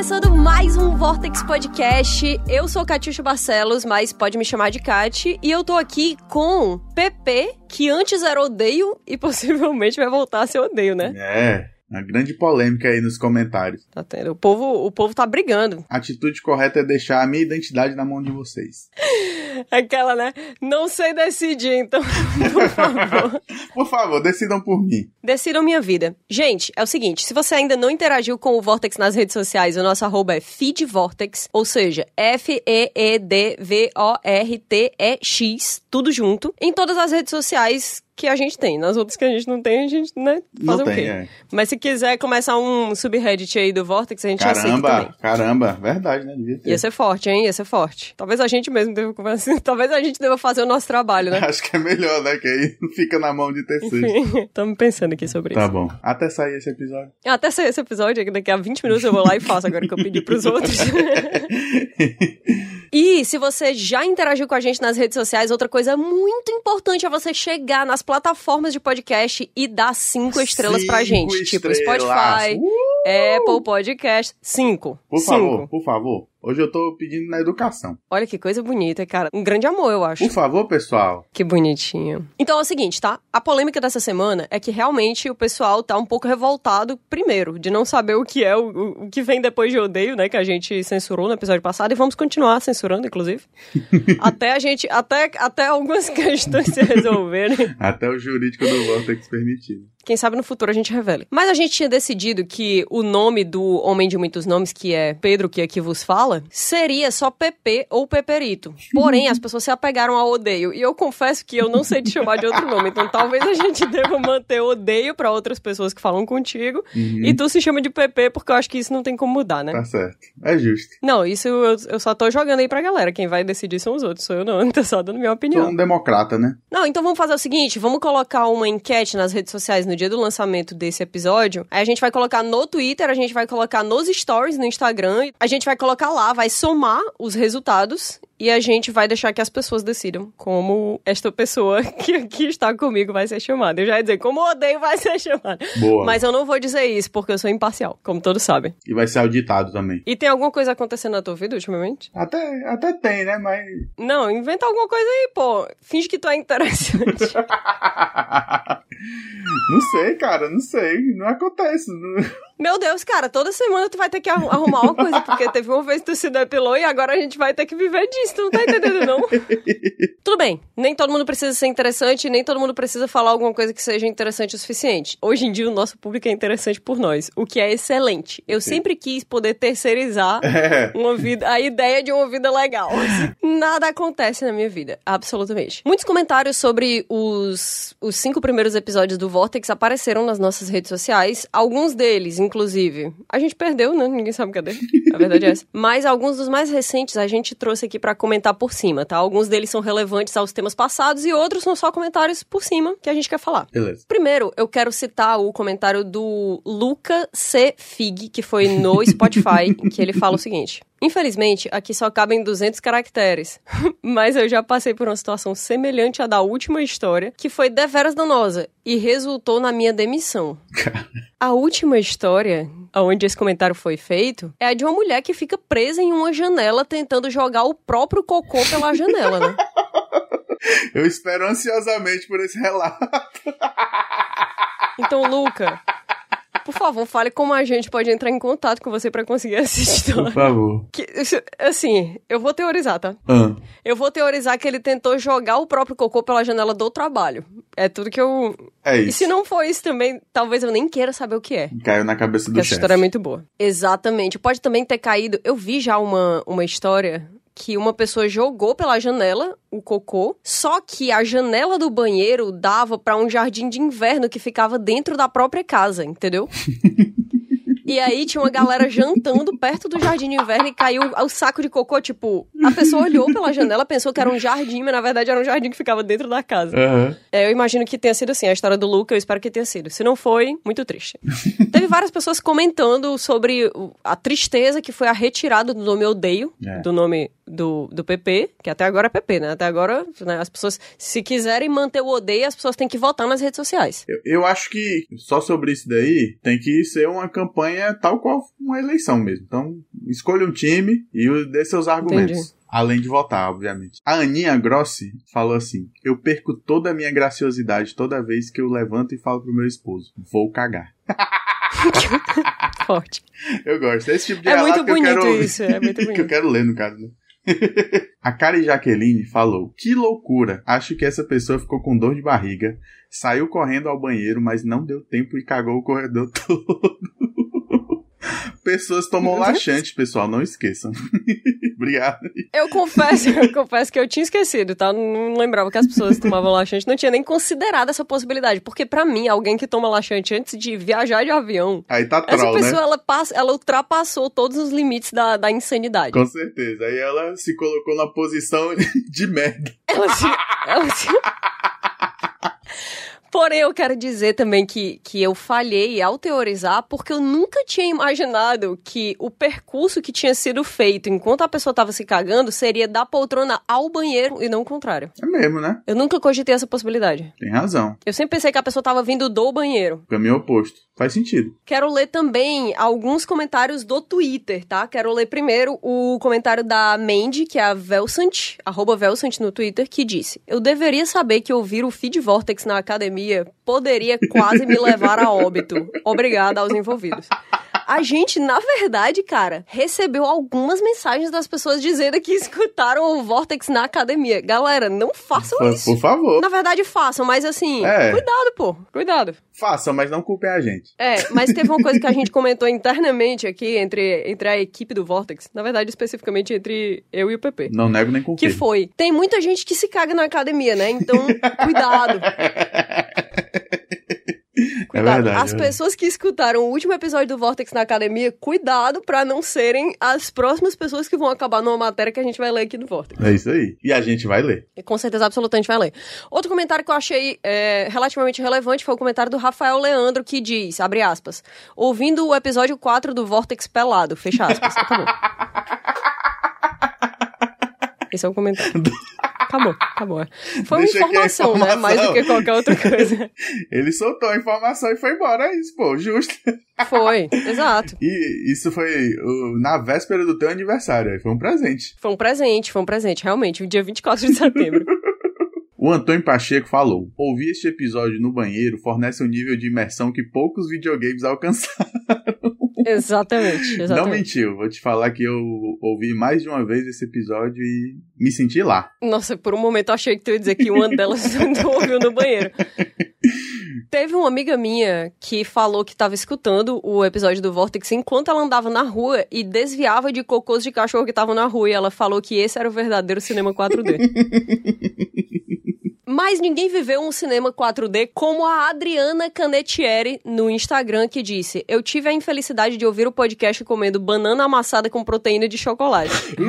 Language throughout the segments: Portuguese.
começando mais um Vortex Podcast. Eu sou Catiuxa Barcelos, mas pode me chamar de Cati. E eu tô aqui com PP, que antes era odeio e possivelmente vai voltar a ser odeio, né? É, uma grande polêmica aí nos comentários. Tá tendo. O povo tá brigando. A atitude correta é deixar a minha identidade na mão de vocês. Aquela, né? Não sei decidir, então, por favor. Por favor, decidam por mim. Decidam minha vida. Gente, é o seguinte, se você ainda não interagiu com o Vortex nas redes sociais, o nosso arroba é feedvortex, ou seja, FEEDVORTEX, tudo junto, em todas as redes sociais que a gente tem. Nas outras que a gente não tem, a gente, né, fazer o quê? É. Mas se quiser começar um subreddit aí do Vortex, a gente aceita também. Caramba, verdade, né? Devia ter. Ia ser forte, hein? Ia ser forte. Talvez a gente mesmo deva conversar, talvez a gente deva fazer o nosso trabalho, né? Acho que é melhor, né? Que aí não fica na mão de terceiros. Enfim, estamos pensando aqui sobre isso. Tá bom. Até sair esse episódio. Até sair esse episódio, daqui a 20 minutos eu vou lá e faço agora que eu pedi pros outros. E se você já interagiu com a gente nas redes sociais, outra coisa muito importante é você chegar nas plataformas de podcast e dar 5 estrelas pra gente. Tipo Spotify, Apple Podcast. 5. Por favor. Hoje eu tô pedindo na educação. Olha que coisa bonita, cara. Um grande amor, eu acho. Por favor, pessoal. Que bonitinho. Então é o seguinte, tá? A polêmica dessa semana é que realmente o pessoal tá um pouco revoltado, primeiro, de não saber o que é o que vem depois de Odeio, né? Que a gente censurou no episódio passado e vamos continuar censurando, inclusive. até algumas questões se resolverem. Até o jurídico do Vortex permitir. Quem sabe no futuro a gente revele. Mas a gente tinha decidido que o nome do Homem de Muitos Nomes, que é Pedro, que aqui vos fala, seria só Pepe ou Peperito. Porém, as pessoas se apegaram ao Odeio. E eu confesso que eu não sei te chamar de outro nome. Então talvez a gente deva manter Odeio pra outras pessoas que falam contigo. E tu se chama de Pepe, porque eu acho que isso não tem como mudar, né? Tá certo. É justo. Não, isso eu só tô jogando aí pra galera. Quem vai decidir são os outros. Sou eu não. Tô só dando minha opinião. Sou um democrata, né? Não, então vamos fazer o seguinte. Vamos colocar uma enquete nas redes sociais no dia do lançamento desse episódio. Aí a gente vai colocar no Twitter, a gente vai colocar nos stories no Instagram, a gente vai colocar lá, vai somar os resultados e a gente vai deixar que as pessoas decidam como esta pessoa que aqui está comigo vai ser chamada. Eu já ia dizer, como Odeio vai ser chamada. Boa. Mas eu não vou dizer isso, porque eu sou imparcial, como todos sabem. E vai ser auditado também. E tem alguma coisa acontecendo na tua vida ultimamente? Até tem, né? Mas... Não, inventa alguma coisa aí, pô. Finge que tu é interessante. Não sei, cara, não sei. Não acontece. Meu Deus, cara, toda semana tu vai ter que arrumar uma coisa, porque teve uma vez que tu se depilou e agora a gente vai ter que viver disso, tu não tá entendendo, não? Tudo bem, nem todo mundo precisa ser interessante, nem todo mundo precisa falar alguma coisa que seja interessante o suficiente. Hoje em dia o nosso público é interessante por nós, o que é excelente. Eu sempre quis poder terceirizar uma vida, a ideia de uma vida legal. Nada acontece na minha vida, absolutamente. Muitos comentários sobre os 5 primeiros episódios do Vortex apareceram nas nossas redes sociais, alguns deles, inclusive, a gente perdeu, né? Ninguém sabe cadê. A verdade é essa. Mas alguns dos mais recentes a gente trouxe aqui pra comentar por cima, tá? Alguns deles são relevantes aos temas passados e outros são só comentários por cima que a gente quer falar. Beleza. Primeiro, eu quero citar o comentário do Luca C. Fig, que foi no Spotify, que ele fala o seguinte: infelizmente, aqui só cabem 200 caracteres, mas eu já passei por uma situação semelhante à da última história, que foi deveras danosa e resultou na minha demissão. A última história, onde esse comentário foi feito, é a de uma mulher que fica presa em uma janela tentando jogar o próprio cocô pela janela, né? Eu espero ansiosamente por esse relato. Então, Luca, por favor, fale como a gente pode entrar em contato com você pra conseguir essa história. Por favor. Assim, eu vou teorizar, tá? Eu vou teorizar que ele tentou jogar o próprio cocô pela janela do trabalho. É tudo que eu... É isso. E se não for isso também, talvez eu nem queira saber o que é. Caiu na cabeça do chefe. Essa história é muito boa. Exatamente. Pode também ter caído... Eu vi já uma história que uma pessoa jogou pela janela o cocô, só que a janela do banheiro dava pra um jardim de inverno que ficava dentro da própria casa, entendeu? E aí tinha uma galera jantando perto do jardim de inverno e caiu o saco de cocô, tipo, a pessoa olhou pela janela, pensou que era um jardim, mas na verdade era um jardim que ficava dentro da casa. Eu imagino que tenha sido assim, a história do Luca, eu espero que tenha sido. Se não foi, muito triste. Teve várias pessoas comentando sobre a tristeza que foi a retirada do nome Odeio, do nome do PP, que até agora é PP, né? Até agora, né, as pessoas, se quiserem manter o Odeio, as pessoas têm que votar nas redes sociais. Eu acho que só sobre isso daí tem que ser uma campanha tal qual uma eleição mesmo. Então, escolha um time e dê seus argumentos. Entendi. Além de votar, obviamente. A Aninha Grossi falou assim: eu perco toda a minha graciosidade toda vez que eu levanto e falo pro meu esposo: vou cagar. Forte. Eu gosto. Esse tipo de relato muito bonito, que eu quero isso. É muito bonito. que eu quero ler, no caso, né? A Kari Jaqueline falou: que loucura, acho que essa pessoa ficou com dor de barriga, saiu correndo ao banheiro, mas não deu tempo e cagou o corredor todo. Pessoas tomam laxante, pessoal, não esqueçam. Obrigado. Eu confesso que eu tinha esquecido, tá? Não lembrava que as pessoas tomavam laxante, não tinha nem considerado essa possibilidade, porque pra mim, alguém que toma laxante antes de viajar de avião, aí tá troll, essa pessoa, né? ela ultrapassou todos os limites da insanidade. Com certeza. Aí ela se colocou na posição de merda. Ela se... Porém, eu quero dizer também que eu falhei ao teorizar, porque eu nunca tinha imaginado que o percurso que tinha sido feito enquanto a pessoa estava se cagando seria da poltrona ao banheiro e não o contrário. É mesmo, né? Eu nunca cogitei essa possibilidade. Tem razão. Eu sempre pensei que a pessoa estava vindo do banheiro. Caminho oposto. Faz sentido. Quero ler também alguns comentários do Twitter, tá? Quero ler primeiro o comentário da Mandy, que é a Velsant, @Velsant no Twitter, que disse: eu deveria saber que ouvir o Feed Vortex na academia poderia quase me levar a óbito. Obrigada aos envolvidos. A gente, na verdade, cara, recebeu algumas mensagens das pessoas dizendo que escutaram o Vortex na academia. Galera, não façam isso. Por favor. Na verdade, façam, mas assim, cuidado, pô. Cuidado. Façam, mas não culpem a gente. Mas teve uma coisa que a gente comentou internamente aqui entre a equipe do Vortex. Na verdade, especificamente entre eu e o PP. Não nego nem confirmo. Que foi, tem muita gente que se caga na academia, né? Então, cuidado. Cuidado. Verdade, As pessoas que escutaram o último episódio do Vortex na academia, cuidado pra não serem as próximas pessoas que vão acabar numa matéria que a gente vai ler aqui no Vortex. É isso aí. E a gente vai ler. E com certeza absoluta a gente vai ler. Outro comentário que eu achei relativamente relevante foi o comentário do Rafael Leandro, que diz, abre aspas, ouvindo o episódio 4 do Vortex pelado, fecha aspas. Acabou. Esse é o comentário. Acabou. Foi uma informação, né? Mais do que qualquer outra coisa. Ele soltou a informação e foi embora. É isso, pô, justo. Foi, exato. E isso foi na véspera do teu aniversário. Foi um presente. Foi um presente, realmente. O dia 24 de setembro. O Antônio Pacheco falou: ouvir este episódio no banheiro fornece um nível de imersão que poucos videogames alcançaram. Exatamente. Não mentiu, vou te falar que eu ouvi mais de uma vez esse episódio e me senti lá. Nossa, por um momento eu achei que tu ia dizer que uma delas tu ouviu no banheiro. Teve uma amiga minha que falou que estava escutando o episódio do Vortex enquanto ela andava na rua e desviava de cocôs de cachorro que estavam na rua, e ela falou que esse era o verdadeiro cinema 4D. Mas ninguém viveu um cinema 4D como a Adriana Canetieri no Instagram, que disse: eu tive a infelicidade de ouvir o podcast comendo banana amassada com proteína de chocolate.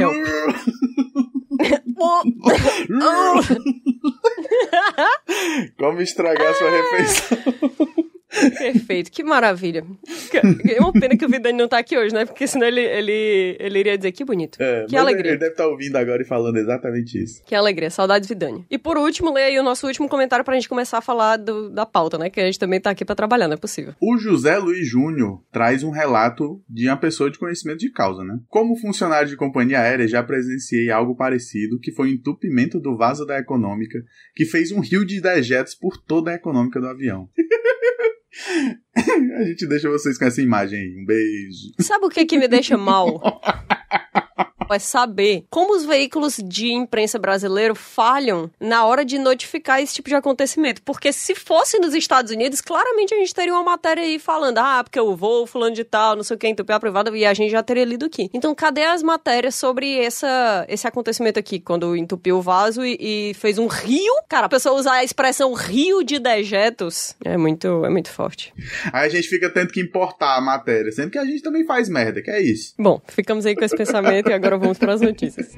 Como estragar sua refeição. Perfeito, que maravilha. É uma pena que o Vidani não tá aqui hoje, né? Porque senão ele iria dizer que bonito. Que alegria. Ele deve estar ouvindo agora e falando exatamente isso. Que alegria, saudades Vidani. E por último, lê aí o nosso último comentário pra gente começar a falar da pauta, né? Que a gente também tá aqui pra trabalhar, não é possível. O José Luiz Júnior traz um relato de uma pessoa de conhecimento de causa, né? Como funcionário de companhia aérea, já presenciei algo parecido, que foi o entupimento do vaso da econômica, que fez um rio de dejetos por toda a econômica do avião. A gente deixa vocês com essa imagem aí. Um beijo. Sabe o que me deixa mal? É saber como os veículos de imprensa brasileiro falham na hora de notificar esse tipo de acontecimento. Porque se fosse nos Estados Unidos, claramente a gente teria uma matéria aí falando: porque eu vou, fulano de tal, não sei o que, entupir a privada, e a gente já teria lido aqui. Então, cadê as matérias sobre esse acontecimento aqui, quando entupiu o vaso e fez um rio? Cara, a pessoa usar a expressão rio de dejetos é muito forte. Aí a gente fica tendo que importar a matéria, sendo que a gente também faz merda, que é isso. Bom, ficamos aí com esse pensamento e agora vamos para as notícias.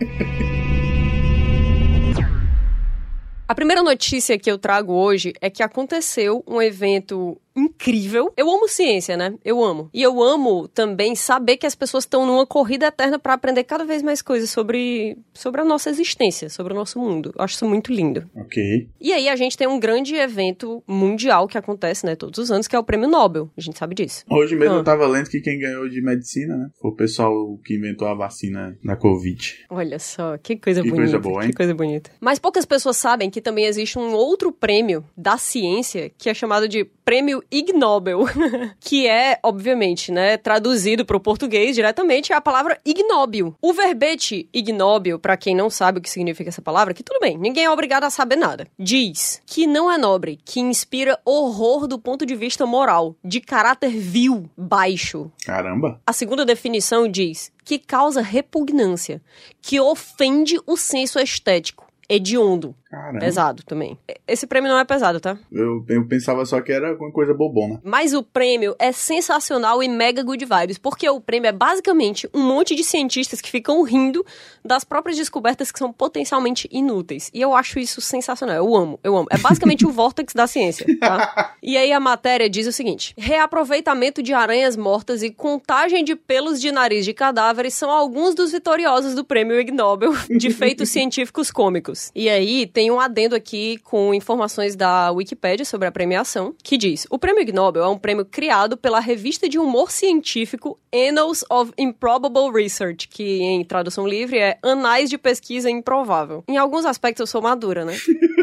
A primeira notícia que eu trago hoje é que aconteceu um evento incrível. Eu amo ciência, né? Eu amo. E eu amo também saber que as pessoas estão numa corrida eterna pra aprender cada vez mais coisas sobre a nossa existência, sobre o nosso mundo. Eu acho isso muito lindo. Ok. E aí a gente tem um grande evento mundial que acontece, né, todos os anos, que é o Prêmio Nobel. A gente sabe disso. Hoje mesmo eu tava lendo que quem ganhou de medicina, né, foi o pessoal que inventou a vacina da Covid. Olha só, que coisa bonita. Coisa boa, hein? Que coisa bonita. Mas poucas pessoas sabem que também existe um outro prêmio da ciência que é chamado de Prêmio Ig Nobel, que é, obviamente, né, traduzido para o português diretamente, é a palavra ignóbil. O verbete ignóbil, para quem não sabe o que significa essa palavra, que tudo bem, ninguém é obrigado a saber nada. Diz que não é nobre, que inspira horror do ponto de vista moral, de caráter vil, baixo. Caramba. A segunda definição diz que causa repugnância, que ofende o senso estético, hediondo. Caramba. Pesado também. Esse prêmio não é pesado, tá? Eu pensava só que era alguma coisa bobona. Mas o prêmio é sensacional e mega good vibes, porque o prêmio é basicamente um monte de cientistas que ficam rindo das próprias descobertas que são potencialmente inúteis. E eu acho isso sensacional. Eu amo. É basicamente o vórtex da ciência, tá? E aí a matéria diz o seguinte: reaproveitamento de aranhas mortas e contagem de pelos de nariz de cadáveres são alguns dos vitoriosos do prêmio Ig Nobel de feitos científicos cômicos. E aí tem um adendo aqui com informações da Wikipédia sobre a premiação, que diz: o prêmio Ig Nobel é um prêmio criado pela revista de humor científico Annals of Improbable Research, que em tradução livre é Anais de Pesquisa Improvável. Em alguns aspectos eu sou madura, né?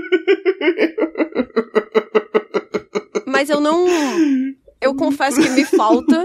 Mas eu confesso que me falta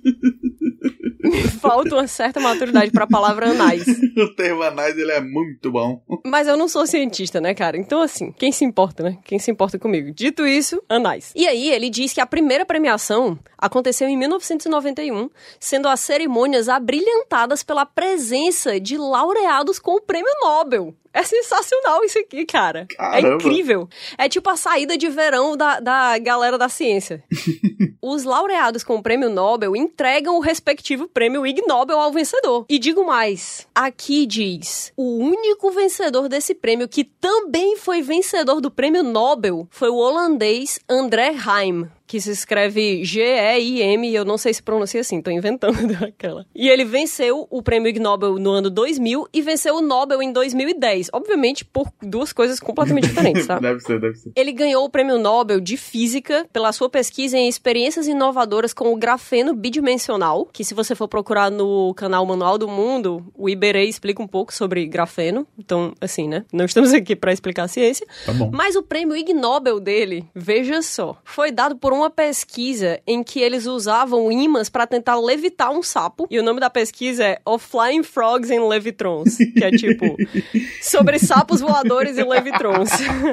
uma certa maturidade pra palavra anais. O termo anais, ele é muito bom. Mas eu não sou cientista, né, cara? Então, assim, quem se importa, né? Quem se importa comigo? Dito isso, anais. E aí, ele diz que a primeira premiação aconteceu em 1991, sendo as cerimônias abrilhantadas pela presença de laureados com o Prêmio Nobel. É sensacional isso aqui, cara. Caramba. É incrível. É tipo a saída de verão da galera da ciência. Os laureados com o Prêmio Nobel entregam o respectivo Prêmio Ig Nobel ao vencedor. E digo mais, aqui diz: o único vencedor desse prêmio que também foi vencedor do Prêmio Nobel foi o holandês André Geim, que se escreve G-E-I-M, e eu não sei se pronuncia assim, tô inventando aquela. E ele venceu o Prêmio Ig Nobel no ano 2000 e venceu o Nobel em 2010. Obviamente, por duas coisas completamente diferentes, tá? Deve ser. Ele ganhou o Prêmio Nobel de Física pela sua pesquisa em experiências inovadoras com o grafeno bidimensional, que se você for procurar no canal Manual do Mundo, o Iberê explica um pouco sobre grafeno. Então, assim, né? Não estamos aqui pra explicar a ciência. Tá bom. Mas o Prêmio Ig Nobel dele, veja só, foi dado por uma pesquisa em que eles usavam ímãs para tentar levitar um sapo. E o nome da pesquisa é Of Flying Frogs and Levitrons, que é tipo sobre sapos voadores e levitrons.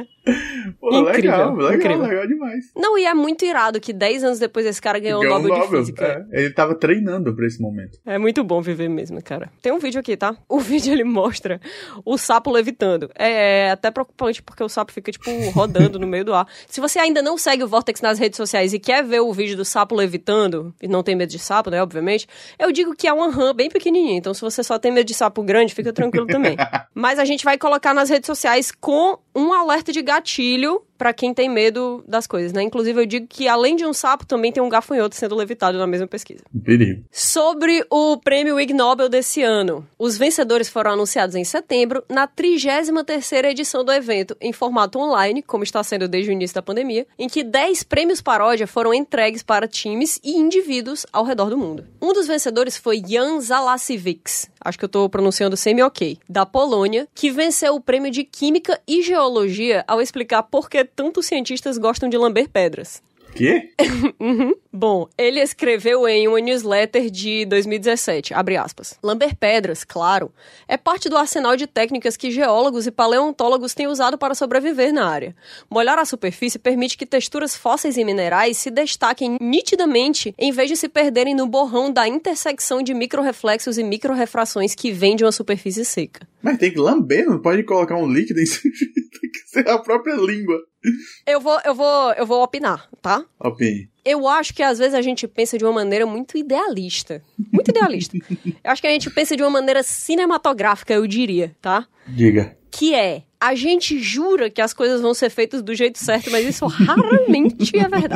Pô, incrível, legal demais. Não, e é muito irado que 10 anos depois esse cara ganhou o Nobel de Física. É. Ele tava treinando pra esse momento. É muito bom viver mesmo, cara. Tem um vídeo aqui, tá? O vídeo, ele mostra o sapo levitando. É até preocupante, porque o sapo fica, tipo, rodando no meio do ar. Se você ainda não segue o Vortex nas redes sociais e quer ver o vídeo do sapo levitando, e não tem medo de sapo, né, obviamente, eu digo que é uma rã bem pequenininha. Então, se você só tem medo de sapo grande, fica tranquilo também. Mas a gente vai colocar nas redes sociais com um alerta de gatilho pra quem tem medo das coisas, né? Inclusive, eu digo que, além de um sapo, também tem um gafanhoto sendo levitado na mesma pesquisa. Perigo. Sobre o Prêmio Ig Nobel desse ano. Os vencedores foram anunciados em setembro, na 33ª edição do evento, em formato online, como está sendo desde o início da pandemia, em que 10 prêmios paródia foram entregues para times e indivíduos ao redor do mundo. Um dos vencedores foi Jan Zalasiewicz, acho que eu tô pronunciando semi-ok, da Polônia, que venceu o prêmio de Química e Geologia ao explicar por que tantos cientistas gostam de lamber pedras. Quê? Uhum. Bom, ele escreveu em uma newsletter de 2017, abre aspas. Lamber pedras, claro, é parte do arsenal de técnicas que geólogos e paleontólogos têm usado para sobreviver na área. Molhar a superfície permite que texturas fósseis e minerais se destaquem nitidamente em vez de se perderem no borrão da intersecção de microrreflexos e microrrefrações que vem de uma superfície seca. Mas tem que lamber, não pode colocar um líquido em cima, tem que ser a própria língua. Eu vou opinar, tá? Opine. Eu acho que às vezes a gente pensa de uma maneira muito idealista. Muito idealista. Eu acho que a gente pensa de uma maneira cinematográfica, eu diria, tá? Diga. Que é, a gente jura que as coisas vão ser feitas do jeito certo, mas isso raramente é verdade.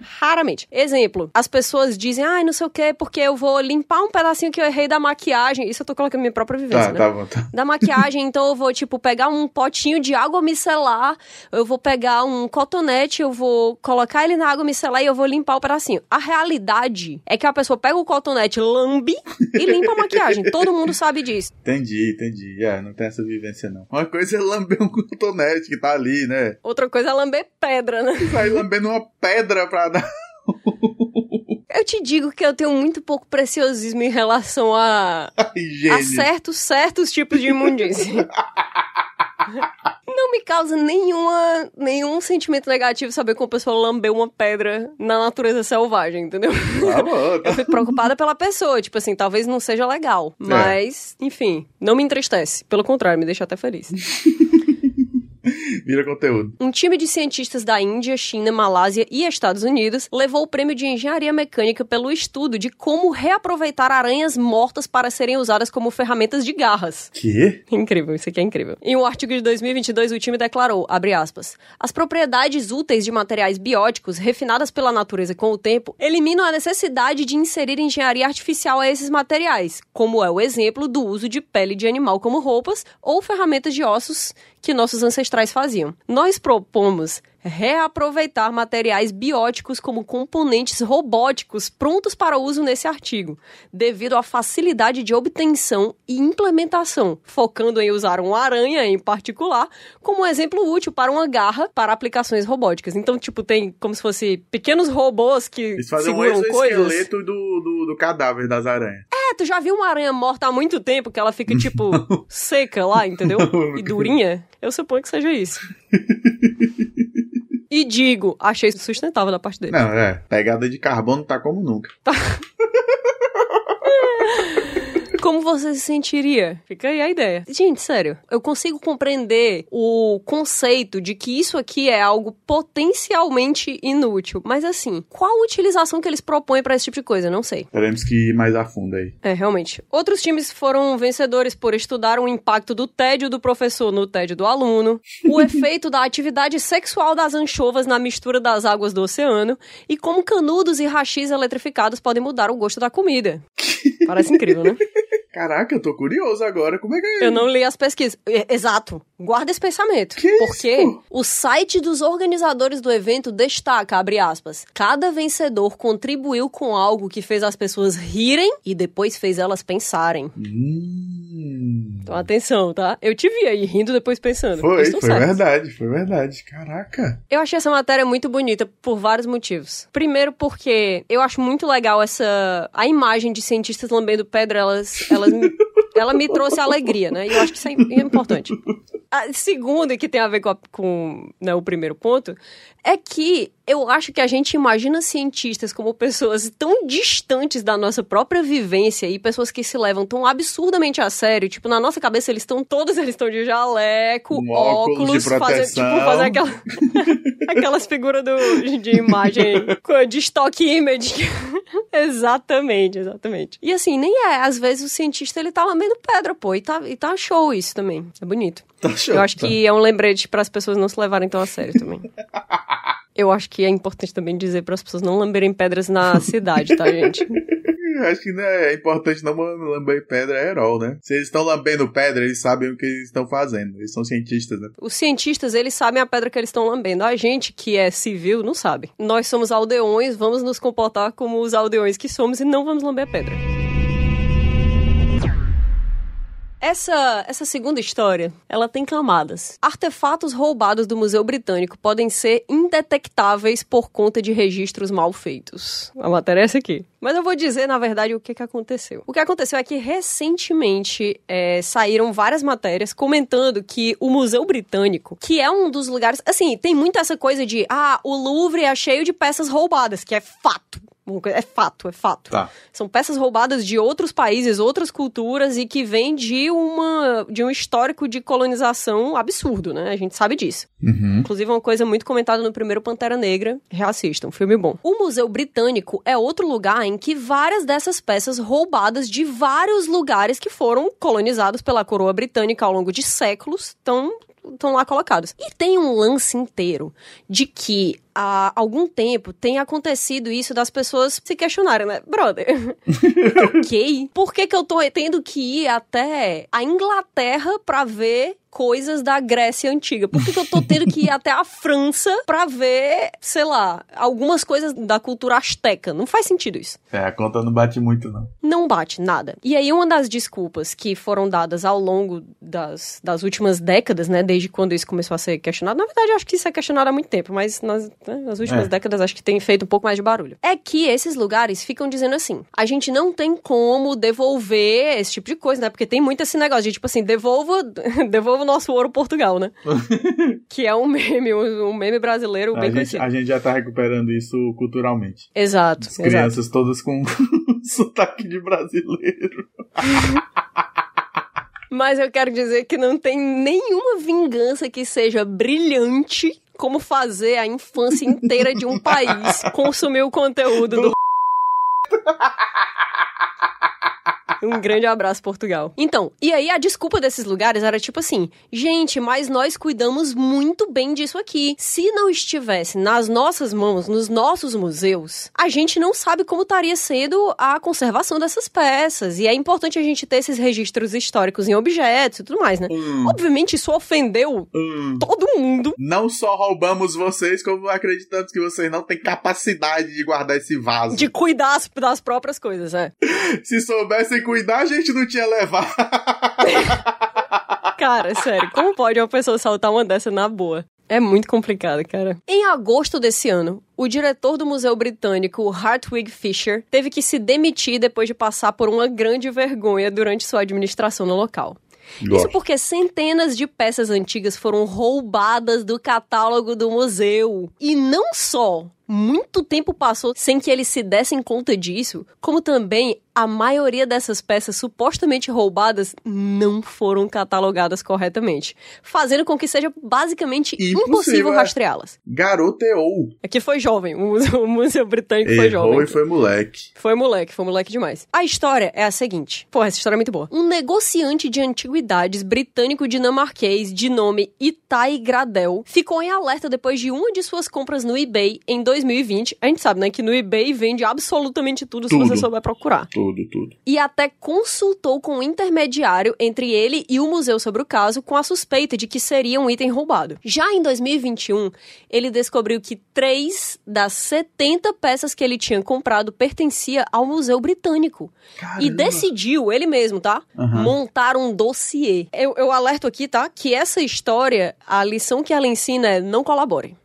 Raramente. Exemplo, as pessoas dizem, não sei o quê, porque eu vou limpar um pedacinho que eu errei da maquiagem. Isso eu tô colocando minha própria vivência, né? Tá bom, tá. Da maquiagem, então eu vou, pegar um potinho de água micelar, eu vou pegar um cotonete, eu vou colocar ele na água micelar e eu vou limpar o pedacinho. A realidade é que a pessoa pega o cotonete, lambe e limpa a maquiagem. Todo mundo sabe disso. Entendi. Não tem essa vivência, não. Uma coisa é lamber um cotonete que tá ali, né? Outra coisa é lamber pedra, né? Vai lambendo uma pedra pra dar... Eu te digo que eu tenho muito pouco preciosismo em relação a certos tipos de imundície. Não me causa nenhum sentimento negativo saber que uma pessoa lambeu uma pedra na natureza selvagem, entendeu? Eu fico preocupada pela pessoa, talvez não seja legal. Mas, enfim, não me entristece. Pelo contrário, me deixa até feliz. Vira conteúdo. Um time de cientistas da Índia, China, Malásia e Estados Unidos levou o prêmio de engenharia mecânica pelo estudo de como reaproveitar aranhas mortas para serem usadas como ferramentas de garras. Quê? Incrível, isso aqui é incrível. Em um artigo de 2022, o time declarou, abre aspas, as propriedades úteis de materiais bióticos refinadas pela natureza com o tempo eliminam a necessidade de inserir engenharia artificial a esses materiais, como é o exemplo do uso de pele de animal como roupas ou ferramentas de ossos que nossos ancestrais faziam. Nós propomos reaproveitar materiais bióticos como componentes robóticos prontos para uso nesse artigo, devido à facilidade de obtenção e implementação, focando em usar uma aranha em particular como exemplo útil para uma garra para aplicações robóticas. Então, tem como se fosse pequenos robôs que seguram coisas. Eles fazem um exoesqueleto do cadáver das aranhas. Tu já viu uma aranha morta há muito tempo que ela fica, seca lá, entendeu? E durinha? Eu suponho que seja isso. E digo, achei sustentável da parte dele. Não, pegada de carbono tá como nunca. Tá. Como você se sentiria? Fica aí a ideia. Gente, sério, eu consigo compreender o conceito de que isso aqui é algo potencialmente inútil. Mas assim, qual a utilização que eles propõem pra esse tipo de coisa? Não sei. Teremos que ir mais a fundo aí. Realmente. Outros times foram vencedores por estudar o impacto do tédio do professor no tédio do aluno, o efeito da atividade sexual das anchovas na mistura das águas do oceano e como canudos e rachis eletrificados podem mudar o gosto da comida. Parece incrível, né? Caraca, eu tô curioso agora. Como é que é? Eu não li as pesquisas. Exato. Guarda esse pensamento. Porque o site dos organizadores do evento destaca, abre aspas, cada vencedor contribuiu com algo que fez as pessoas rirem e depois fez elas pensarem. Então, atenção, tá? Eu te vi aí, rindo depois pensando. Foi verdade. Caraca. Eu achei essa matéria muito bonita por vários motivos. Primeiro porque eu acho muito legal a imagem de cientistas lambendo pedra, ela me trouxe alegria, né? E eu acho que isso é importante. A segunda, que tem a ver com né, o primeiro ponto, é que eu acho que a gente imagina cientistas como pessoas tão distantes da nossa própria vivência e pessoas que se levam tão absurdamente a sério. Tipo, na nossa cabeça, eles estão de jaleco, óculos, fazendo aquelas figuras de imagem de stock image. Exatamente. E assim, nem é. Às vezes o cientista, ele tá lambendo pedra, pô, e tá show isso também. É bonito. Tá show, eu acho que é um lembrete para as pessoas não se levarem tão a sério também. Eu acho que é importante também dizer para as pessoas não lamberem pedras na cidade, tá, gente? Acho que né, é importante não lamber pedra, é herói, né? Se eles estão lambendo pedra, eles sabem o que eles estão fazendo. Eles são cientistas, né? Os cientistas, eles sabem a pedra que eles estão lambendo. A gente, que é civil, não sabe. Nós somos aldeões, vamos nos comportar como os aldeões que somos e não vamos lamber a pedra. Essa segunda história, ela tem camadas. Artefatos roubados do Museu Britânico podem ser indetectáveis por conta de registros mal feitos. A matéria é essa aqui. Mas eu vou dizer, na verdade, o que aconteceu. O que aconteceu é que, recentemente, saíram várias matérias comentando que o Museu Britânico, que é um dos lugares... Assim, tem muito essa coisa de, o Louvre é cheio de peças roubadas, que é fato. É fato. Tá. São peças roubadas de outros países, outras culturas e que vêm de um histórico de colonização absurdo, né? A gente sabe disso. Uhum. Inclusive, uma coisa muito comentada no primeiro Pantera Negra. Reassistam, filme bom. O Museu Britânico é outro lugar em que várias dessas peças roubadas de vários lugares que foram colonizados pela coroa britânica ao longo de séculos estão lá colocados. E tem um lance inteiro de que há algum tempo tem acontecido isso das pessoas se questionarem, né? Brother, ok, por que eu tô tendo que ir até a Inglaterra pra ver coisas da Grécia Antiga? Por que eu tô tendo que ir até a França pra ver, sei lá, algumas coisas da cultura asteca? Não faz sentido isso. A conta não bate muito, não. Não bate, nada. E aí, uma das desculpas que foram dadas ao longo das últimas décadas, né, desde quando isso começou a ser questionado, na verdade, eu acho que isso é questionado há muito tempo, mas nas últimas décadas, acho que tem feito um pouco mais de barulho. É que esses lugares ficam dizendo assim, a gente não tem como devolver esse tipo de coisa, né, porque tem muito esse negócio de, tipo assim, devolva o nosso ouro Portugal, né? Que é um meme brasileiro bem conhecido. A gente já tá recuperando isso culturalmente. Exato. As crianças todas com sotaque de brasileiro. Mas eu quero dizer que não tem nenhuma vingança que seja brilhante como fazer a infância inteira de um país consumir o conteúdo do... Um grande abraço, Portugal. Então, e aí a desculpa desses lugares era tipo assim, gente, mas nós cuidamos muito bem disso aqui. Se não estivesse nas nossas mãos, nos nossos museus, a gente não sabe como estaria sendo a conservação dessas peças. E é importante a gente ter esses registros históricos em objetos e tudo mais, né? Obviamente isso ofendeu todo mundo. Não só roubamos vocês, como acreditamos que vocês não têm capacidade de guardar esse vaso. De cuidar das próprias coisas, é. Se soubessem cuidar, a gente não tinha levado. Cara, sério, como pode uma pessoa saltar uma dessa na boa? É muito complicado, cara. Em agosto desse ano, o diretor do Museu Britânico, Hartwig Fischer, teve que se demitir depois de passar por uma grande vergonha durante sua administração no local. Isso porque centenas de peças antigas foram roubadas do catálogo do museu. E não só muito tempo passou sem que eles se dessem conta disso, como também a maioria dessas peças supostamente roubadas não foram catalogadas corretamente, fazendo com que seja basicamente impossível rastreá-las. Garoteou. Aqui foi jovem, o Museu Britânico foi jovem. Errou e foi moleque. Foi moleque demais. A história é a seguinte. Porra, essa história é muito boa. Um negociante de antiguidades britânico-dinamarquês de nome Itai Gradel ficou em alerta depois de uma de suas compras no eBay em 2020. A gente sabe, né, que no eBay vende absolutamente tudo se você souber procurar. Tudo. E até consultou com um intermediário entre ele e o museu sobre o caso, com a suspeita de que seria um item roubado. Já em 2021, ele descobriu que 3 das 70 peças que ele tinha comprado pertencia ao Museu Britânico. Caramba. E decidiu, ele mesmo, tá? Montar um dossiê. Eu alerto aqui, tá? Que essa história, a lição que ela ensina é não colabore.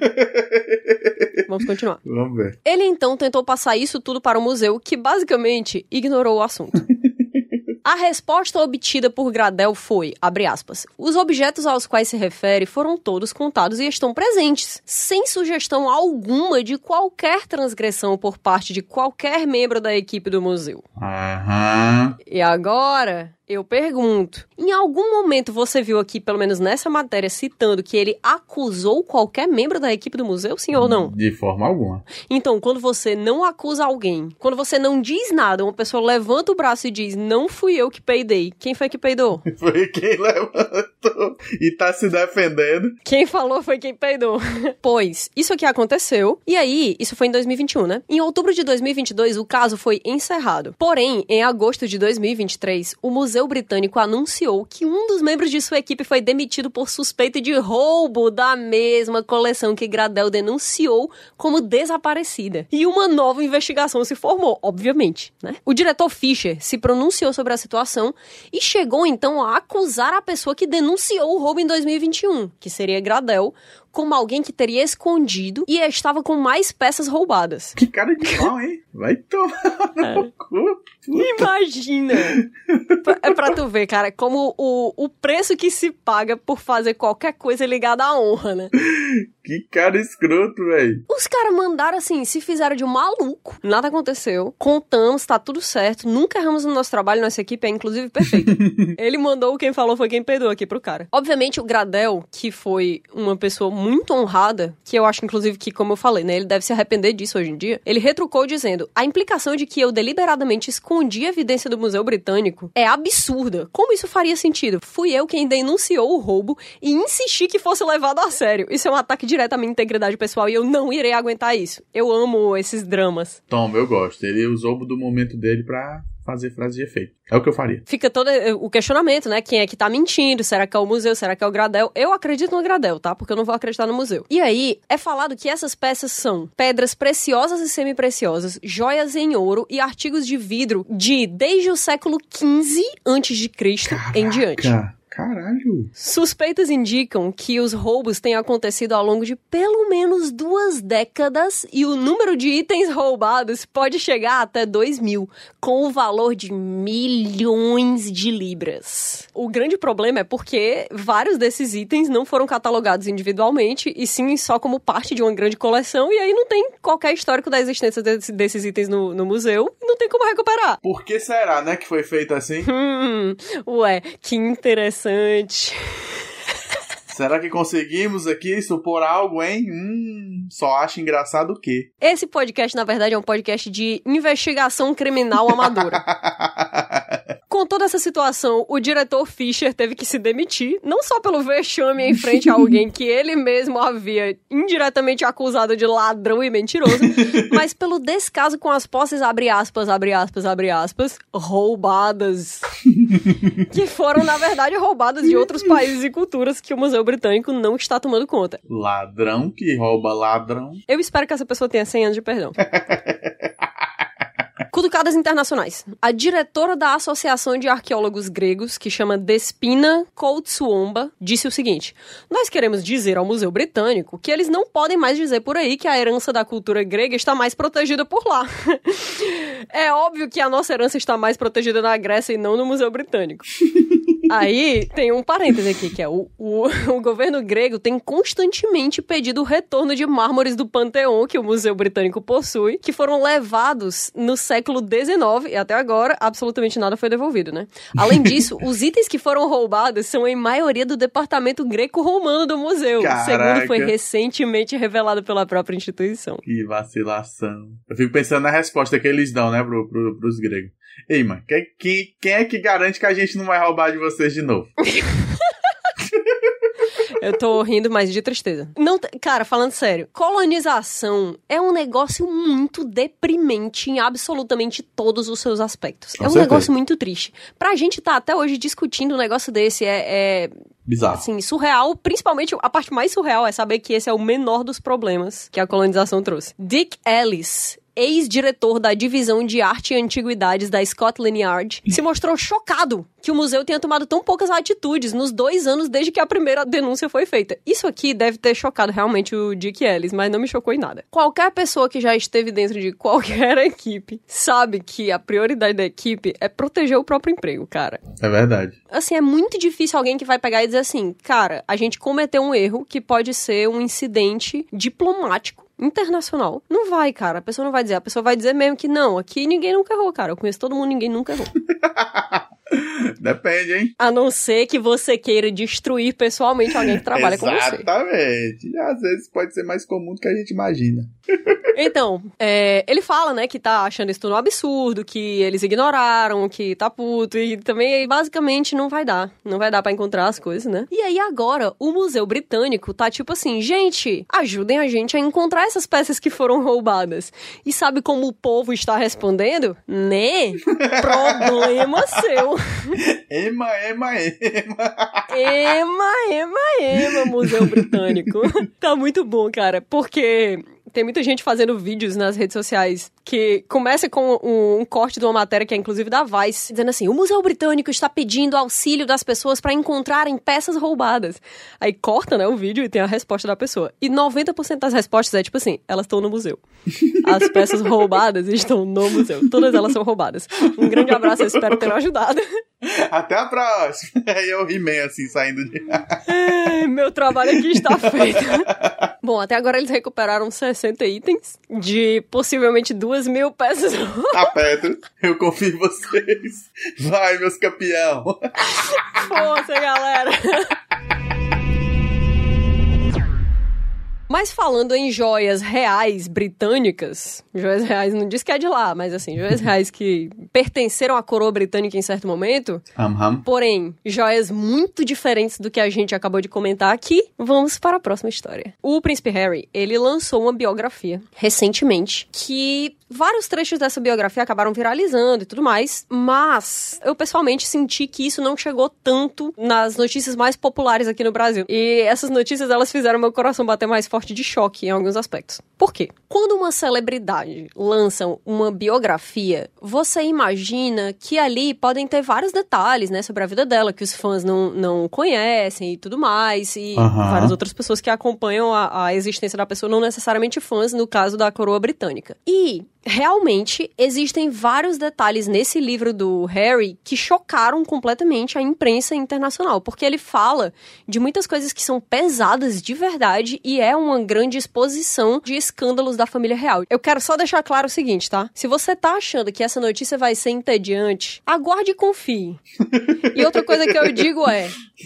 Vamos continuar. Vamos ver. Ele então tentou passar isso tudo para o museu, que basicamente ignorou o assunto. A resposta obtida por Gradel foi, abre aspas, os objetos aos quais se refere foram todos contados e estão presentes, sem sugestão alguma de qualquer transgressão por parte de qualquer membro da equipe do museu. E agora, eu pergunto, em algum momento você viu aqui, pelo menos nessa matéria, citando que ele acusou qualquer membro da equipe do museu, sim ou não? De forma alguma. Então, quando você não acusa alguém, quando você não diz nada, uma pessoa levanta o braço e diz, não fui eu que peidei. Quem foi que peidou? Foi quem levantou e tá se defendendo. Quem falou foi quem peidou. Pois, isso aqui aconteceu, e aí, isso foi em 2021, né? Em outubro de 2022, o caso foi encerrado. Porém, em agosto de 2023, o Museu Britânico anunciou que um dos membros de sua equipe foi demitido por suspeita de roubo da mesma coleção que Gradel denunciou como desaparecida. E uma nova investigação se formou, obviamente, né? O diretor Fischer se pronunciou sobre a situação e chegou então a acusar a pessoa que denunciou o roubo em 2021, que seria Gradel, como alguém que teria escondido e estava com mais peças roubadas. Que cara de mal, hein? Vai tomar no cu. Imagina! É pra tu ver, cara, como o preço que se paga por fazer qualquer coisa ligada à honra, né? Que cara escroto, velho. Os caras mandaram assim, se fizeram de um maluco. Nada aconteceu. Contamos, tá tudo certo. Nunca erramos no nosso trabalho, nossa equipe é inclusive perfeita. Ele mandou, quem falou foi quem peidou aqui pro cara. Obviamente o Gradel, que foi uma pessoa muito honrada, que eu acho, inclusive, que, como eu falei, né, ele deve se arrepender disso hoje em dia, ele retrucou dizendo, a implicação de que eu deliberadamente escondi a evidência do Museu Britânico é absurda. Como isso faria sentido? Fui eu quem denunciou o roubo e insisti que fosse levado a sério. Isso é um ataque direto à minha integridade pessoal e eu não irei aguentar isso. Eu amo esses dramas. Tom, eu gosto. Ele usou do momento dele pra fazer frase de efeito. É o que eu faria. Fica todo o questionamento, né? Quem é que tá mentindo? Será que é o museu? Será que é o Gradel? Eu acredito no Gradel, tá? Porque eu não vou acreditar no museu. E aí, é falado que essas peças são pedras preciosas e semi-preciosas, joias em ouro e artigos de vidro desde o século XV a.C. em diante. Caralho! Suspeitas indicam que os roubos têm acontecido ao longo de pelo menos 2 décadas e o número de itens roubados pode chegar até 2.000, com o valor de milhões de libras. O grande problema é porque vários desses itens não foram catalogados individualmente e sim só como parte de uma grande coleção e aí não tem qualquer histórico da existência desses itens no museu e não tem como recuperar. Por que será, né, que foi feito assim? Ué, que interessante. Será que conseguimos aqui supor algo, hein? Só acho engraçado o quê? Esse podcast, na verdade, é um podcast de investigação criminal amadora. Com toda essa situação, o diretor Fisher teve que se demitir, não só pelo vexame em frente a alguém que ele mesmo havia indiretamente acusado de ladrão e mentiroso, mas pelo descaso com as posses, abre aspas, roubadas. Que foram, na verdade, roubadas de outros países e culturas que o Museu Britânico não está tomando conta. Ladrão que rouba ladrão. Eu espero que essa pessoa tenha 100 anos de perdão. Cutucadas internacionais. A diretora da Associação de Arqueólogos Gregos, que chama Despina Koutsuomba, disse o seguinte: nós queremos dizer ao Museu Britânico que eles não podem mais dizer por aí que a herança da cultura grega está mais protegida por lá. É óbvio que a nossa herança está mais protegida na Grécia e não no Museu Britânico. Aí tem um parêntese aqui, que é o governo grego tem constantemente pedido o retorno de mármores do Panteão, que o Museu Britânico possui, que foram levados no século XIX, e até agora absolutamente nada foi devolvido, né? Além disso, os itens que foram roubados são em maioria do departamento greco-romano do museu, segundo foi recentemente revelado pela própria instituição. Que vacilação. Eu fico pensando na resposta que eles dão, né, pros gregos. Ei, mano, quem é que garante que a gente não vai roubar de vocês de novo? Eu tô rindo, mas de tristeza. Não, cara, falando sério, colonização é um negócio muito deprimente em absolutamente todos os seus aspectos. Com é um certeza. negócio muito triste. Pra gente tá até hoje discutindo um negócio desse é bizarro. Assim, surreal. Principalmente, a parte mais surreal é saber que esse é o menor dos problemas que a colonização trouxe. Dick Ellis, ex-diretor da Divisão de Arte e Antiguidades da Scotland Yard, se mostrou chocado que o museu tenha tomado tão poucas atitudes nos 2 anos desde que a primeira denúncia foi feita. Isso aqui deve ter chocado realmente o Dick Ellis, mas não me chocou em nada. Qualquer pessoa que já esteve dentro de qualquer equipe sabe que a prioridade da equipe é proteger o próprio emprego, cara. É verdade. Assim, é muito difícil alguém que vai pegar e dizer assim, cara, a gente cometeu um erro que pode ser um incidente diplomático internacional. Não vai, cara. A pessoa não vai dizer. A pessoa vai dizer mesmo que não, aqui ninguém nunca errou, cara. Eu conheço todo mundo, ninguém nunca errou. Depende, hein? A não ser que você queira destruir pessoalmente alguém que trabalha com você. Exatamente. Às vezes pode ser mais comum do que a gente imagina. Então, ele fala, né, que tá achando isso tudo um absurdo, que eles ignoraram, que tá puto, e também, basicamente, não vai dar. Não vai dar pra encontrar as coisas, né? E aí, agora, o Museu Britânico tá tipo assim, gente, ajudem a gente a encontrar essas peças que foram roubadas. E sabe como o povo está respondendo? Né? Problema seu. Ema, Museu Britânico. Tá muito bom, cara, porque tem muita gente fazendo vídeos nas redes sociais que começa com um corte de uma matéria que é inclusive da Vice, dizendo assim, o Museu Britânico está pedindo auxílio das pessoas para encontrarem peças roubadas. Aí corta, né, o vídeo e tem a resposta da pessoa. E 90% das respostas é tipo assim, elas estão no museu. As peças roubadas estão no museu. Todas elas são roubadas. Um grande abraço, eu espero ter ajudado. Até a próxima. Eu rimei assim, saindo de... Meu trabalho aqui está feito. Bom, até agora eles recuperaram 60 itens de possivelmente 2.000 peças. Tá perto. Eu confio em vocês. Vai, meus campeão. Força, galera. Mas falando em joias reais britânicas, joias reais não diz que é de lá, mas assim, joias reais que pertenceram à coroa britânica em certo momento, porém, joias muito diferentes do que a gente acabou de comentar aqui, vamos para a próxima história. O Príncipe Harry, ele lançou uma biografia recentemente, que vários trechos dessa biografia acabaram viralizando e tudo mais, mas eu pessoalmente senti que isso não chegou tanto nas notícias mais populares aqui no Brasil. E essas notícias, elas fizeram meu coração bater mais forte de choque em alguns aspectos. Por quê? Quando uma celebridade lança uma biografia, você imagina que ali podem ter vários detalhes, né, sobre a vida dela, que os fãs não conhecem e tudo mais, e várias outras pessoas que acompanham a existência da pessoa, não necessariamente fãs, no caso da coroa britânica. E realmente, existem vários detalhes nesse livro do Harry que chocaram completamente a imprensa internacional, porque ele fala de muitas coisas que são pesadas de verdade e é uma grande exposição de escândalos da família real. Eu quero só deixar claro o seguinte, tá? Se você tá achando que essa notícia vai ser entediante, aguarde e confie. E outra coisa que eu digo é...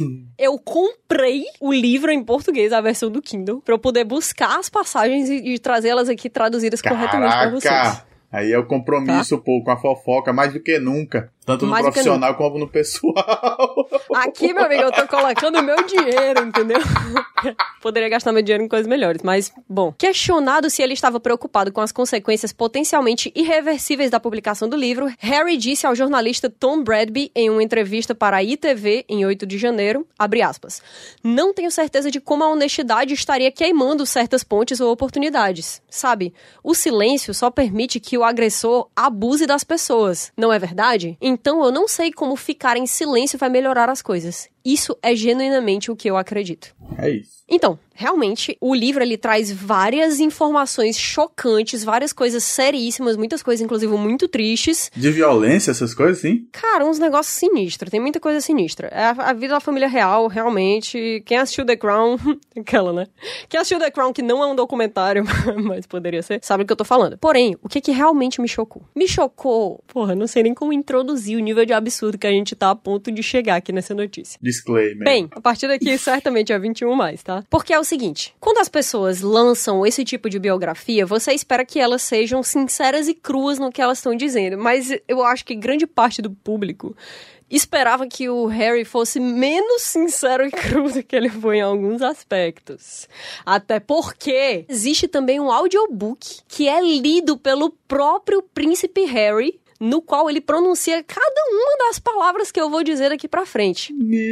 Eu comprei o livro em português, a versão do Kindle, pra eu poder buscar as passagens e trazê-las aqui traduzidas corretamente pra vocês. Aí é o compromisso, pô, com a fofoca, mais do que nunca. Tanto no mais profissional como no pessoal. Aqui, meu amigo, eu tô colocando o meu dinheiro, entendeu? Poderia gastar meu dinheiro em coisas melhores, mas, bom. Questionado se ele estava preocupado com as consequências potencialmente irreversíveis da publicação do livro, Harry disse ao jornalista Tom Bradby, em uma entrevista para a ITV, em 8 de janeiro, abre aspas, não tenho certeza de como a honestidade estaria queimando certas pontes ou oportunidades. Sabe, o silêncio só permite que o agressor abuse das pessoas, não é verdade? Então eu não sei como ficar em silêncio vai melhorar as coisas. Isso é genuinamente o que eu acredito. É isso. Então, realmente, o livro, ele traz várias informações chocantes, várias coisas seríssimas, muitas coisas, inclusive, muito tristes. De violência, essas coisas, sim? Cara, uns negócios sinistros, tem muita coisa sinistra. É a vida da família real, realmente. Quem assistiu The Crown, aquela, né? Quem assistiu The Crown, que não é um documentário, mas poderia ser, sabe do que eu tô falando. Porém, o que realmente me chocou? Me chocou, porra, não sei nem como introduzir o nível de absurdo que a gente tá a ponto de chegar aqui nessa notícia. Disclaimer. Bem, a partir daqui, certamente é 21 mais, tá? Porque é o seguinte, quando as pessoas lançam esse tipo de biografia, você espera que elas sejam sinceras e cruas no que elas estão dizendo, mas eu acho que grande parte do público esperava que o Harry fosse menos sincero e cru do que ele foi em alguns aspectos. Até porque existe também um audiobook que é lido pelo próprio príncipe Harry, no qual ele pronuncia cada uma das palavras que eu vou dizer daqui pra frente.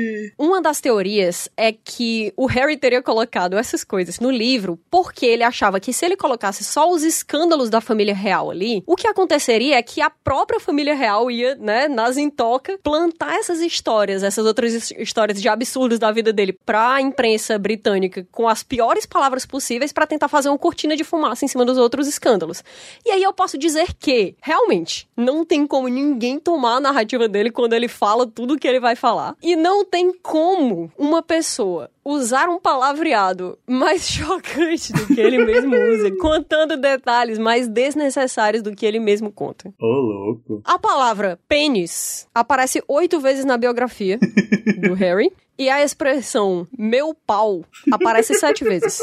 Uma das teorias é que o Harry teria colocado essas coisas no livro porque ele achava que se ele colocasse só os escândalos da família real ali, o que aconteceria é que a própria família real ia, né, nas intoca, plantar essas histórias, essas outras histórias de absurdos da vida dele pra imprensa britânica com as piores palavras possíveis pra tentar fazer uma cortina de fumaça em cima dos outros escândalos. E aí eu posso dizer que, realmente, não tem como ninguém tomar a narrativa dele quando ele fala tudo o que ele vai falar. E não tem como uma pessoa usar um palavreado mais chocante do que ele mesmo usa, contando detalhes mais desnecessários do que ele mesmo conta. Ô, louco. A palavra pênis aparece 8 vezes na biografia do Harry, e a expressão meu pau aparece 7 vezes.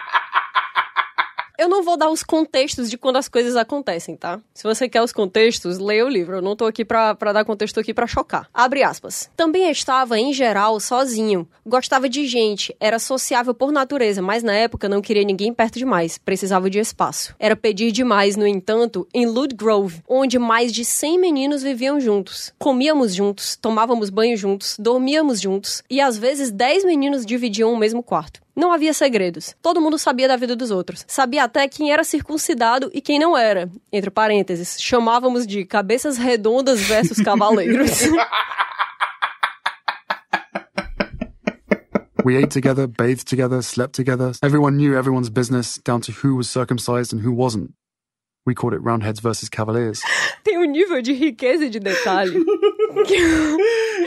Eu não vou dar os contextos de quando as coisas acontecem, tá? Se você quer os contextos, leia o livro. Eu não tô aqui pra dar contexto aqui pra chocar. Abre aspas. Também estava, em geral, sozinho. Gostava de gente. Era sociável por natureza, mas na época não queria ninguém perto demais. Precisava de espaço. Era pedir demais, no entanto, em Ludgrove, onde mais de 100 meninos viviam juntos. Comíamos juntos, tomávamos banho juntos, dormíamos juntos e às vezes 10 meninos dividiam o mesmo quarto. Não havia segredos. Todo mundo sabia da vida dos outros. Sabia até quem era circuncidado e quem não era. Entre parênteses, chamávamos de cabeças redondas versus cavaleiros. We ate together, bathed together, slept together. Everyone knew everyone's business, down to who was circumcised and who wasn't. We called it Roundheads versus Cavaliers. Tem um nível de riqueza e de detalhe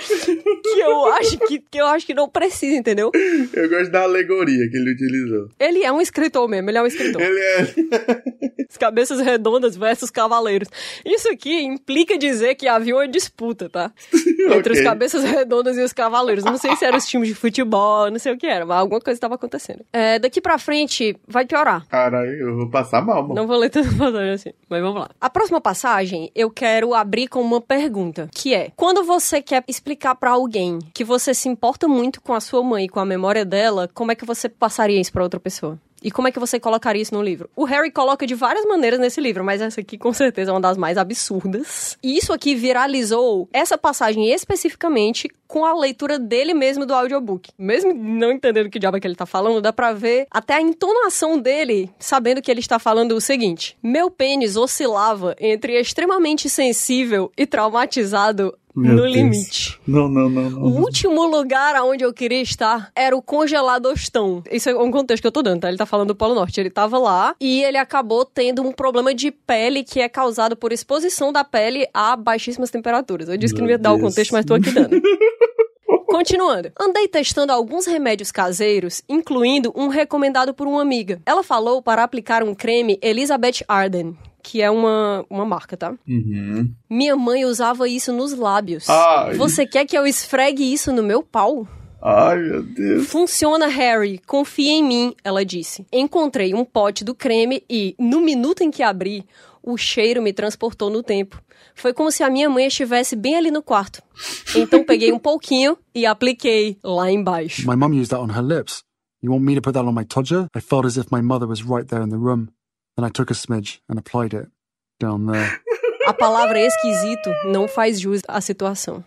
que eu acho que não precisa, entendeu? Eu gosto da alegoria que ele utilizou. Ele é um escritor mesmo, ele é um escritor. Ele é... As cabeças redondas versus cavaleiros. Isso aqui implica dizer que havia uma disputa, tá? Entre os cabeças redondas e os cavaleiros. Não sei se eram os times de futebol, não sei o que era, mas alguma coisa estava acontecendo. Daqui pra frente, vai piorar. Caralho, eu vou passar mal, mano. Não vou ler tanta passagem assim, mas vamos lá. A próxima passagem, eu quero abrir com uma pergunta, que é: quando você quer explicar pra alguém que você se importa muito com a sua mãe e com a memória dela, como é que você passaria isso pra outra pessoa? E como é que você colocaria isso no livro? O Harry coloca de várias maneiras nesse livro, mas essa aqui com certeza é uma das mais absurdas. E isso aqui viralizou, essa passagem especificamente, com a leitura dele mesmo do audiobook. Mesmo não entendendo que diabo é que ele tá falando, dá pra ver até a entonação dele, sabendo que ele está falando o seguinte: meu pênis oscilava entre extremamente sensível e traumatizado no limite. Não. O último lugar aonde eu queria estar era o congeladostão. Isso é um contexto que eu tô dando, tá? Ele tá falando do Polo Norte. Ele tava lá e ele acabou tendo um problema de pele que é causado por exposição da pele a baixíssimas temperaturas. Eu disse que não ia dar o contexto, mas tô aqui dando. Continuando. Andei testando alguns remédios caseiros, incluindo um recomendado por uma amiga. Ela falou para aplicar um creme Elizabeth Arden, que é uma marca, tá? Uhum. Minha mãe usava isso nos lábios. Ai. Você quer que eu esfregue isso no meu pau? Ai, meu Deus. Funciona, Harry. Confia em mim, ela disse. Encontrei um pote do creme e, no minuto em que abri, o cheiro me transportou no tempo. Foi como se a minha mãe estivesse bem ali no quarto. Então peguei um pouquinho e apliquei lá embaixo. My mum used that on her lips. You want me to put that on my todger? I felt as if my mother was right there in the room. Then I took a smidge and applied it down there. A palavra esquisito não faz jus à situação.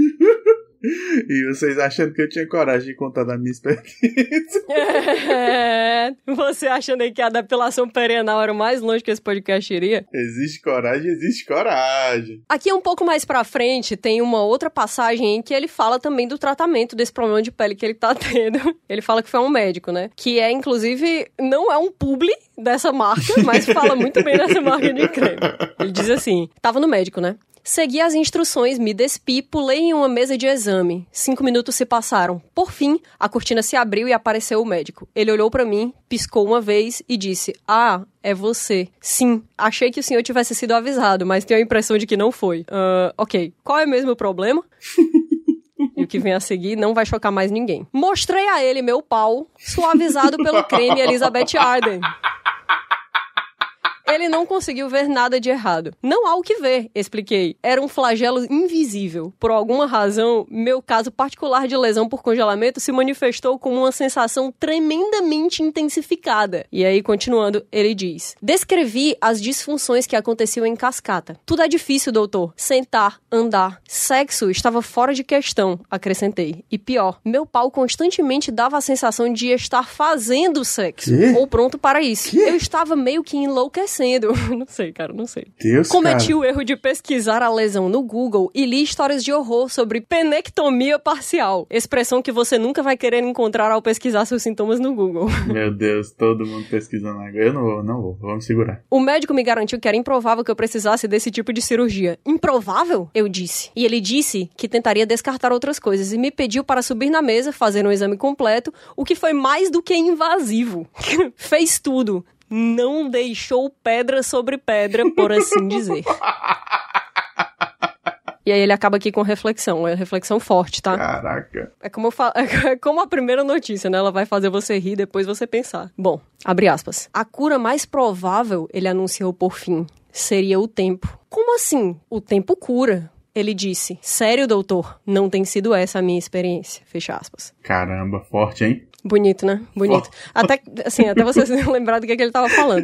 E vocês achando que eu tinha coragem de contar da minha experiência? Você achando aí que a depilação perianal era o mais longe que esse podcast iria? Existe coragem. Aqui um pouco mais pra frente tem uma outra passagem em que ele fala também do tratamento desse problema de pele que ele tá tendo. Ele fala que foi um médico, né? Que é, inclusive, não é um publi dessa marca, mas fala muito bem dessa marca de creme. Ele diz assim: tava no médico, né? Segui as instruções, me despi, pulei em uma mesa de exame. 5 minutos se passaram. Por fim, a cortina se abriu e apareceu o médico. Ele olhou pra mim, piscou uma vez e disse: ah, é você. Sim, achei que o senhor tivesse sido avisado, mas tenho a impressão de que não foi. Ok, qual é mesmo o problema? E o que vem a seguir não vai chocar mais ninguém. Mostrei a ele meu pau, suavizado pelo creme Elizabeth Arden. Ele não conseguiu ver nada de errado. Não há o que ver, expliquei. Era um flagelo invisível. Por alguma razão, meu caso particular de lesão por congelamento se manifestou como uma sensação tremendamente intensificada. E aí, continuando, ele diz: descrevi as disfunções que aconteciam em cascata. Tudo é difícil, doutor. Sentar, andar. Sexo estava fora de questão, acrescentei. E pior, meu pau constantemente dava a sensação de estar fazendo sexo. Ou pronto para isso. Eu estava meio que enlouquecendo. Não sei, cara, não sei. Cometi o erro de pesquisar a lesão no Google e li histórias de horror sobre penectomia parcial. Expressão que você nunca vai querer encontrar ao pesquisar seus sintomas no Google. Meu Deus, todo mundo pesquisando agora. Eu não vou. Vamos segurar. O médico me garantiu que era improvável que eu precisasse desse tipo de cirurgia. Improvável? Eu disse. E ele disse que tentaria descartar outras coisas e me pediu para subir na mesa, fazer um exame completo, o que foi mais do que invasivo. Fez tudo. Não deixou pedra sobre pedra, por assim dizer. E aí ele acaba aqui com reflexão. É reflexão forte, tá? Caraca. É como, é como a primeira notícia, né? Ela vai fazer você rir, depois você pensar. Bom, abre aspas. A cura mais provável, ele anunciou por fim, seria o tempo. Como assim? O tempo cura. Ele disse: sério, doutor? Não tem sido essa a minha experiência. Fecha aspas. Caramba, forte, hein? Bonito, né? Bonito. Até você se lembrar do que ele tava falando.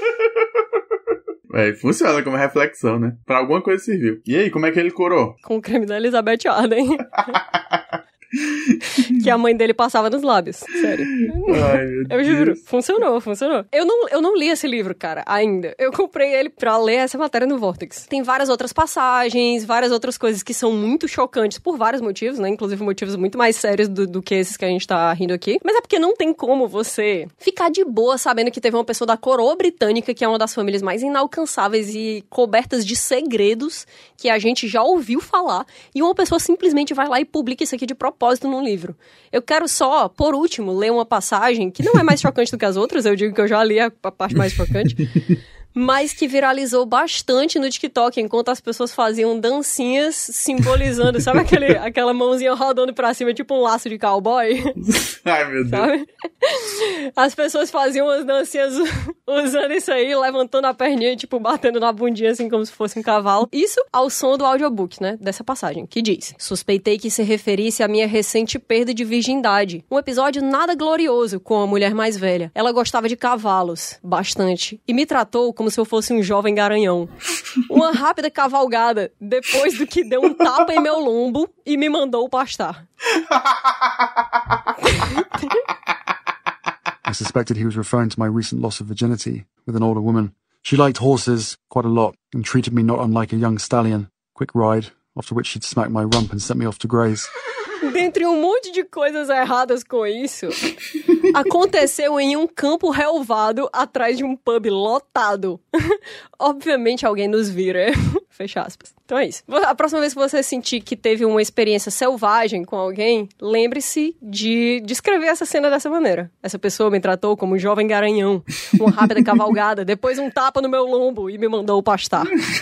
Funciona como reflexão, né? Pra alguma coisa serviu. E aí, como é que ele curou? Com o creme da Elizabeth Arden. que a mãe dele passava nos lábios. Sério. Ai, meu Eu juro. Funcionou. Eu não li esse livro, cara, ainda. Eu comprei ele pra ler essa matéria no Vortex. Tem várias outras passagens, várias outras coisas que são muito chocantes por vários motivos, né? Inclusive motivos muito mais sérios do que esses que a gente tá rindo aqui. Mas é porque não tem como você ficar de boa sabendo que teve uma pessoa da coroa britânica, que é uma das famílias mais inalcançáveis e cobertas de segredos que a gente já ouviu falar, e uma pessoa simplesmente vai lá e publica isso aqui de propósito num livro. Eu quero só, por último, ler uma passagem que não é mais chocante do que as outras, eu digo que eu já li a parte mais chocante, mas que viralizou bastante no TikTok, enquanto as pessoas faziam dancinhas simbolizando, sabe aquela mãozinha rodando pra cima, tipo um laço de cowboy? Ai, meu Deus. Sabe? As pessoas faziam as dancinhas usando isso aí, levantando a perninha e, tipo, batendo na bundinha, assim, como se fosse um cavalo. Isso ao som do audiobook, né, dessa passagem, que diz: suspeitei que se referisse à minha recente perda de virgindade. Um episódio nada glorioso com a mulher mais velha. Ela gostava de cavalos, bastante, e me tratou como se eu fosse um jovem garanhão. Uma rápida cavalgada, depois do que deu um tapa em meu lombo e me mandou pastar. I suspected he was referring to my recent loss of virginity with an older woman. She liked horses quite a lot and treated me not unlike a young stallion. Quick ride, after which she'd smack my rump and sent me off to graze. Dentre um monte de coisas erradas com isso, aconteceu em um campo relvado atrás de um pub lotado. Obviamente alguém nos vira. Fecha aspas. Então é isso. A próxima vez que você sentir que teve uma experiência selvagem com alguém, lembre-se de descrever essa cena dessa maneira. Essa pessoa me tratou como um jovem garanhão, uma rápida cavalgada, depois um tapa no meu lombo e me mandou pastar.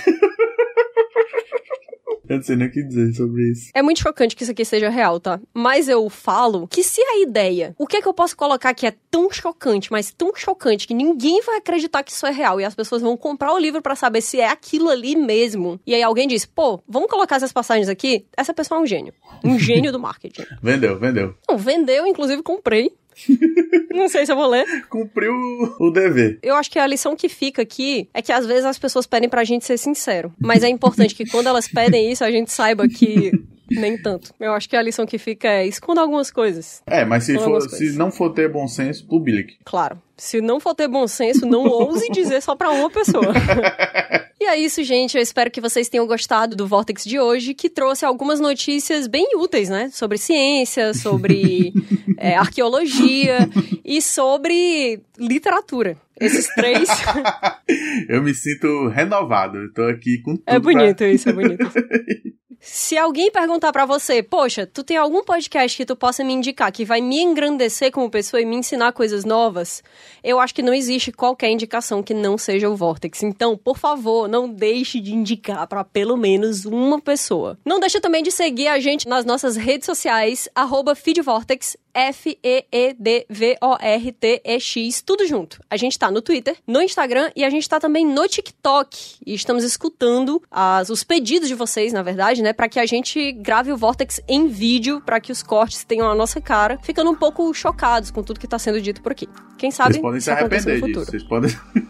Eu não sei nem o que dizer sobre isso. É muito chocante que isso aqui seja real, tá? Mas eu falo que se a ideia, o que é que eu posso colocar que é tão chocante, mas tão chocante que ninguém vai acreditar que isso é real e as pessoas vão comprar o livro pra saber se é aquilo ali mesmo. E aí alguém diz, pô, vamos colocar essas passagens aqui? Essa pessoa é um gênio. Um gênio do marketing. Vendeu. Não, vendeu, inclusive comprei. Não sei se eu vou ler. Cumpriu o dever. Eu acho que a lição que fica aqui é que às vezes as pessoas pedem pra gente ser sincero. Mas é importante que quando elas pedem isso, a gente saiba que nem tanto. Eu acho que a lição que fica é esconda algumas coisas. Mas se não for ter bom senso, publique. Claro. Se não for ter bom senso, não ouse dizer só pra uma pessoa. E é isso, gente. Eu espero que vocês tenham gostado do Vortex de hoje, que trouxe algumas notícias bem úteis, né? Sobre ciência, sobre arqueologia e sobre literatura. Esses três. Eu me sinto renovado. Eu tô aqui com tudo. É bonito isso, é bonito. Se alguém perguntar pra você, poxa, tu tem algum podcast que tu possa me indicar que vai me engrandecer como pessoa e me ensinar coisas novas, eu acho que não existe qualquer indicação que não seja o Vortex. Então, por favor, não deixe de indicar pra pelo menos uma pessoa. Não deixe também de seguir a gente nas nossas redes sociais, @feedvortex, FEEDVORTEX, tudo junto. A gente tá no Twitter, no Instagram e a gente tá também no TikTok. E estamos escutando os pedidos de vocês, na verdade, né? Pra que a gente grave o Vortex em vídeo, pra que os cortes tenham a nossa cara, ficando um pouco chocados com tudo que tá sendo dito por aqui. Quem sabe vocês podem se arrepender disso. Vocês podem...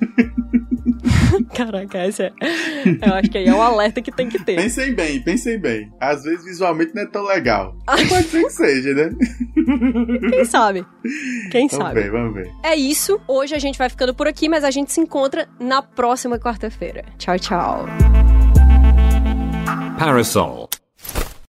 Caraca, eu acho que aí é um alerta que tem que ter. Pensem bem. Às vezes visualmente não é tão legal. Pode ser que seja, né? Quem sabe? Vamos ver. É isso. Hoje a gente vai ficando por aqui, mas a gente se encontra na próxima quarta-feira. Tchau, tchau. Parasol.